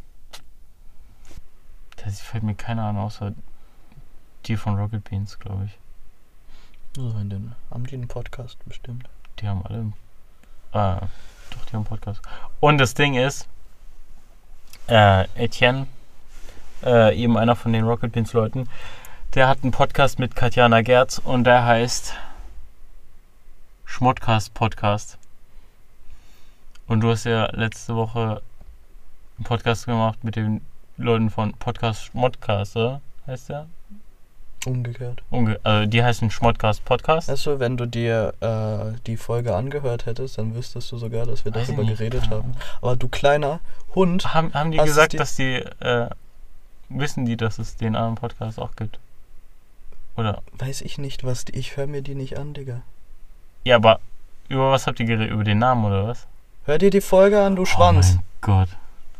Das fällt mir keine Ahnung, außer die von Rocket Beans, glaube ich. So in den, haben die einen Podcast bestimmt? Die haben alle. Äh, doch, die haben einen Podcast. Und das Ding ist, äh, Etienne, äh, eben einer von den Rocket Beans Leuten, der hat einen Podcast mit Katjana Gerz und der heißt Schmottcast Podcast. Und du hast ja letzte Woche einen Podcast gemacht mit den Leuten von Podcast Schmottcast, oder? Heißt der? Umgekehrt. Umge also die heißen Schmottcast Podcast. Also, wenn du dir äh, die Folge angehört hättest, dann wüsstest du sogar, dass wir Weiß darüber ich nicht. geredet haben. Aber du kleiner Hund. Haben, haben die Hast gesagt, die- dass die, äh, wissen die, dass es den anderen Podcast auch gibt? Oder? Weiß ich nicht, was die, ich höre mir die nicht an, Digga. Ja, aber über was habt ihr geredet? Über den Namen oder was? Hör dir die Folge an, du Schwanz. Oh mein Gott.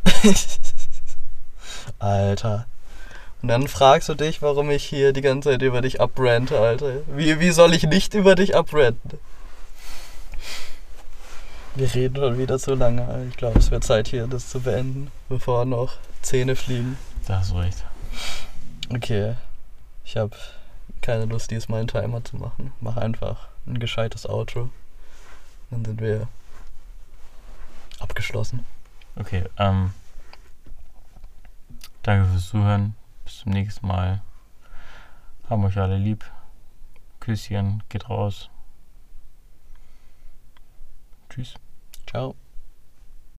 Alter. Und dann fragst du dich, warum ich hier die ganze Zeit über dich abrante, Alter. Wie, wie soll ich nicht über dich abranten? Wir reden schon wieder zu lange, Alter. Ich glaube, es wird Zeit hier, das zu beenden, bevor noch Zähne fliegen. Da hast du recht. Okay. Ich habe keine Lust, diesmal einen Timer zu machen. Mach einfach ein gescheites Outro. Dann sind wir abgeschlossen. Okay, ähm. Danke fürs Zuhören. Bis zum nächsten Mal. Haben euch alle lieb. Küsschen, geht raus. Tschüss. Ciao.